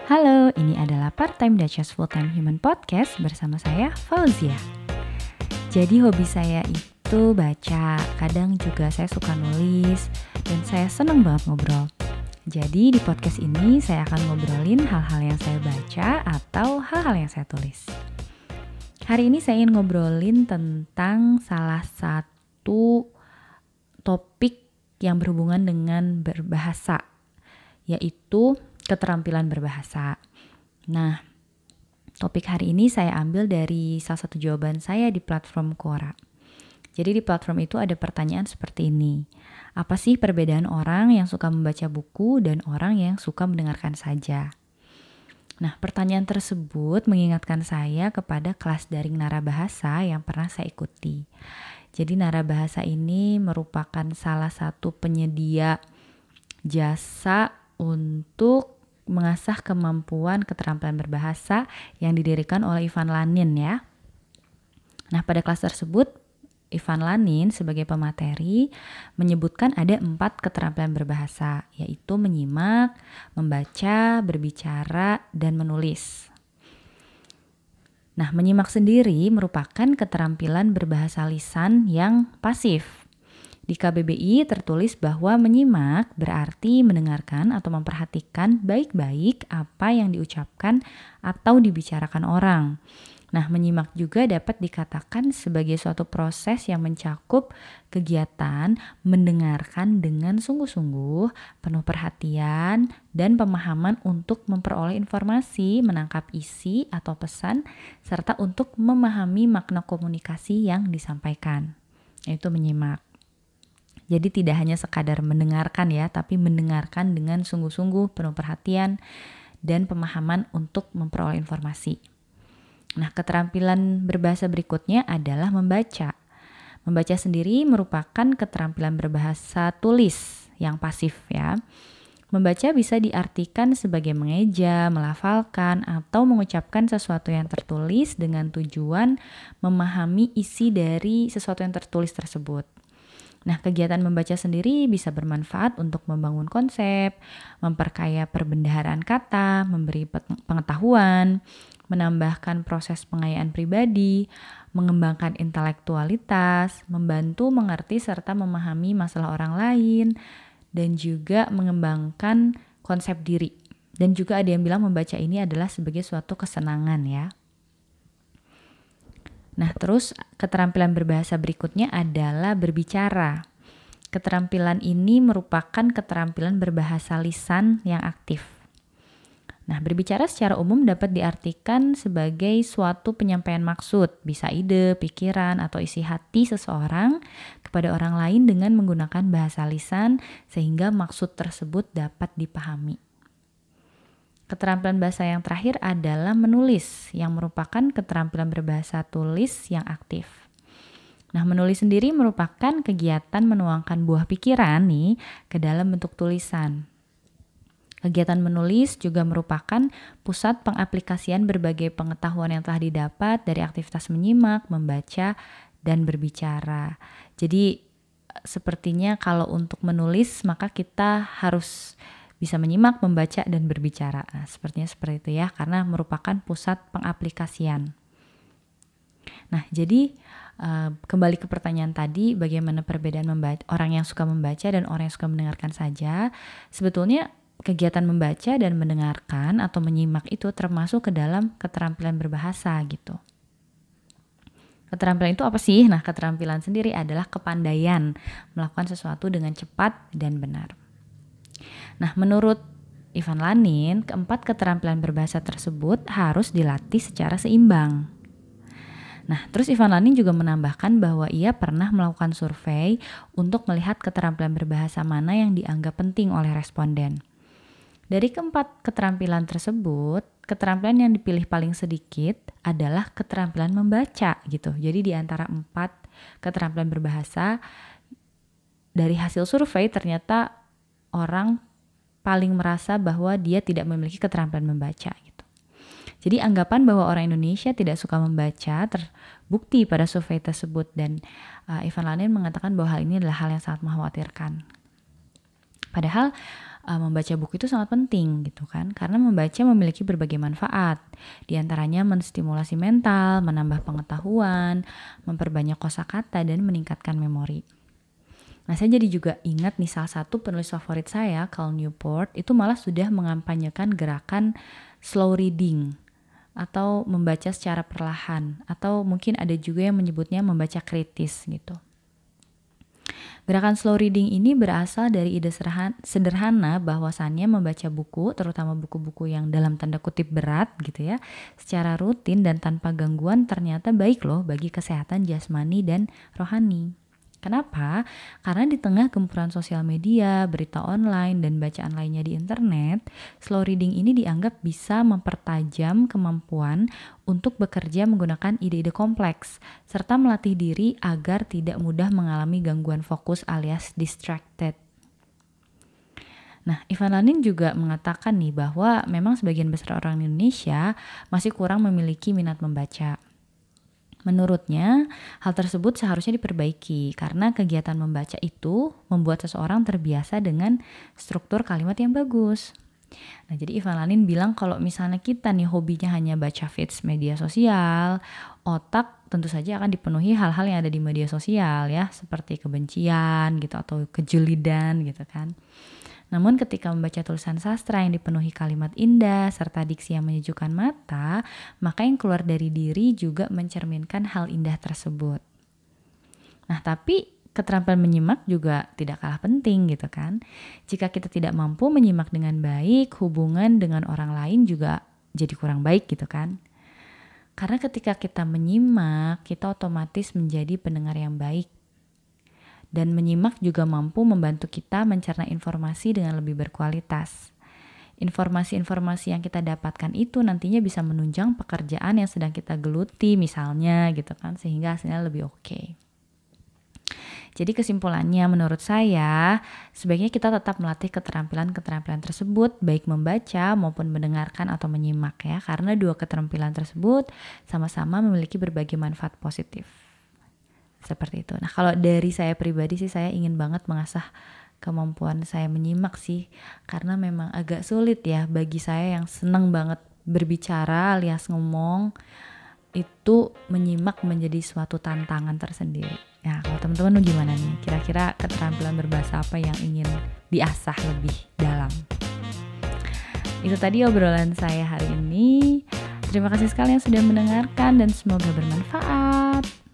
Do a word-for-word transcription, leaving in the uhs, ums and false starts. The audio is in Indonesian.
Halo, ini adalah Part-Time Duchess Full-Time Human Podcast bersama saya, Fauzia. Jadi hobi saya itu baca, kadang juga saya suka nulis, dan saya senang banget ngobrol. Jadi di podcast ini saya akan ngobrolin hal-hal yang saya baca atau hal-hal yang saya tulis. Hari ini saya ingin ngobrolin tentang salah satu topik yang berhubungan dengan berbahasa, yaitu keterampilan berbahasa. Nah, topik hari ini saya ambil dari salah satu jawaban saya di platform Quora. Jadi di platform itu ada pertanyaan seperti ini. Apa sih perbedaan orang yang suka membaca buku dan orang yang suka mendengarkan saja? Nah, pertanyaan tersebut mengingatkan saya kepada kelas daring narabahasa yang pernah saya ikuti. Jadi narabahasa ini merupakan salah satu penyedia jasa untuk mengasah kemampuan keterampilan berbahasa yang didirikan oleh Ivan Lanin ya. Nah, pada kelas tersebut Ivan Lanin sebagai pemateri menyebutkan ada empat keterampilan berbahasa, yaitu menyimak, membaca, berbicara, dan menulis. Nah, menyimak sendiri merupakan keterampilan berbahasa lisan yang pasif. Di K B B I tertulis bahwa menyimak berarti mendengarkan atau memperhatikan baik-baik apa yang diucapkan atau dibicarakan orang. Nah, menyimak juga dapat dikatakan sebagai suatu proses yang mencakup kegiatan mendengarkan dengan sungguh-sungguh, penuh perhatian, dan pemahaman untuk memperoleh informasi, menangkap isi atau pesan, serta untuk memahami makna komunikasi yang disampaikan. Yaitu menyimak. Jadi tidak hanya sekadar mendengarkan ya, tapi mendengarkan dengan sungguh-sungguh, penuh perhatian, dan pemahaman untuk memperoleh informasi. Nah, keterampilan berbahasa berikutnya adalah membaca. Membaca sendiri merupakan keterampilan berbahasa tulis yang pasif ya. Membaca bisa diartikan sebagai mengeja, melafalkan, atau mengucapkan sesuatu yang tertulis dengan tujuan memahami isi dari sesuatu yang tertulis tersebut. Nah, kegiatan membaca sendiri bisa bermanfaat untuk membangun konsep, memperkaya perbendaharaan kata, memberi pengetahuan, menambahkan proses pengayaan pribadi, mengembangkan intelektualitas, membantu mengerti serta memahami masalah orang lain, dan juga mengembangkan konsep diri. Dan juga ada yang bilang membaca ini adalah sebagai suatu kesenangan ya. Nah, terus keterampilan berbahasa berikutnya adalah berbicara. Keterampilan ini merupakan keterampilan berbahasa lisan yang aktif. Nah, berbicara secara umum dapat diartikan sebagai suatu penyampaian maksud, bisa ide, pikiran, atau isi hati seseorang kepada orang lain dengan menggunakan bahasa lisan sehingga maksud tersebut dapat dipahami. Keterampilan bahasa yang terakhir adalah menulis, yang merupakan keterampilan berbahasa tulis yang aktif. Nah, menulis sendiri merupakan kegiatan menuangkan buah pikiran nih ke dalam bentuk tulisan. Kegiatan menulis juga merupakan pusat pengaplikasian berbagai pengetahuan yang telah didapat dari aktivitas menyimak, membaca, dan berbicara. Jadi, sepertinya kalau untuk menulis maka kita harus bisa menyimak, membaca, dan berbicara. Nah, sepertinya seperti itu ya, karena merupakan pusat pengaplikasian. Nah, jadi uh, kembali ke pertanyaan tadi, bagaimana perbedaan membaca, orang yang suka membaca dan orang yang suka mendengarkan saja. Sebetulnya kegiatan membaca dan mendengarkan atau menyimak itu termasuk ke dalam keterampilan berbahasa gitu. Keterampilan itu apa sih? Nah, keterampilan sendiri adalah kepandaian melakukan sesuatu dengan cepat dan benar. Nah, menurut Ivan Lanin, keempat keterampilan berbahasa tersebut harus dilatih secara seimbang. Nah, terus Ivan Lanin juga menambahkan bahwa ia pernah melakukan survei untuk melihat keterampilan berbahasa mana yang dianggap penting oleh responden. Dari keempat keterampilan tersebut, keterampilan yang dipilih paling sedikit adalah keterampilan membaca gitu. Jadi di antara empat keterampilan berbahasa, dari hasil survei ternyata orang paling merasa bahwa dia tidak memiliki keterampilan membaca gitu. Jadi anggapan bahwa orang Indonesia tidak suka membaca terbukti pada survei tersebut, dan uh, Ivan Lanin mengatakan bahwa hal ini adalah hal yang sangat mengkhawatirkan. Padahal uh, membaca buku itu sangat penting gitu kan, karena membaca memiliki berbagai manfaat. Di antaranya menstimulasi mental, menambah pengetahuan, memperbanyak kosakata dan meningkatkan memori. Nah, saya jadi juga ingat nih salah satu penulis favorit saya, Cal Newport, itu malah sudah mengampanyekan gerakan slow reading atau membaca secara perlahan, atau mungkin ada juga yang menyebutnya membaca kritis gitu. Gerakan slow reading ini berasal dari ide sederhana bahwasannya membaca buku, terutama buku-buku yang dalam tanda kutip berat gitu ya, secara rutin dan tanpa gangguan ternyata baik loh bagi kesehatan jasmani dan rohani. Kenapa? Karena di tengah gempuran sosial media, berita online, dan bacaan lainnya di internet, slow reading ini dianggap bisa mempertajam kemampuan untuk bekerja menggunakan ide-ide kompleks, serta melatih diri agar tidak mudah mengalami gangguan fokus alias distracted. Nah, Ivan Lanin juga mengatakan nih bahwa memang sebagian besar orang Indonesia masih kurang memiliki minat membaca. Menurutnya, hal tersebut seharusnya diperbaiki karena kegiatan membaca itu membuat seseorang terbiasa dengan struktur kalimat yang bagus. Nah, jadi Ivan Lanin bilang kalau misalnya kita nih hobinya hanya baca feeds media sosial, otak tentu saja akan dipenuhi hal-hal yang ada di media sosial ya, seperti kebencian gitu atau kejulidan gitu kan. Namun ketika membaca tulisan sastra yang dipenuhi kalimat indah serta diksi yang menyejukkan mata, maka yang keluar dari diri juga mencerminkan hal indah tersebut. Nah, tapi keterampilan menyimak juga tidak kalah penting gitu kan. Jika kita tidak mampu menyimak dengan baik, hubungan dengan orang lain juga jadi kurang baik gitu kan. Karena ketika kita menyimak, kita otomatis menjadi pendengar yang baik. Dan menyimak juga mampu membantu kita mencerna informasi dengan lebih berkualitas. Informasi-informasi yang kita dapatkan itu nantinya bisa menunjang pekerjaan yang sedang kita geluti misalnya gitu kan, sehingga hasilnya lebih oke. Jadi kesimpulannya menurut saya, sebaiknya kita tetap melatih keterampilan-keterampilan tersebut, baik membaca maupun mendengarkan atau menyimak ya, karena dua keterampilan tersebut sama-sama memiliki berbagai manfaat positif. Seperti itu. Nah, kalau dari saya pribadi sih saya ingin banget mengasah kemampuan saya menyimak sih, karena memang agak sulit ya bagi saya yang senang banget berbicara alias ngomong, itu menyimak menjadi suatu tantangan tersendiri. Nah, kalau teman-teman gimana nih? Kira-kira keterampilan berbahasa apa yang ingin diasah lebih dalam? Itu tadi obrolan saya hari ini. Terima kasih sekali yang sudah mendengarkan dan semoga bermanfaat.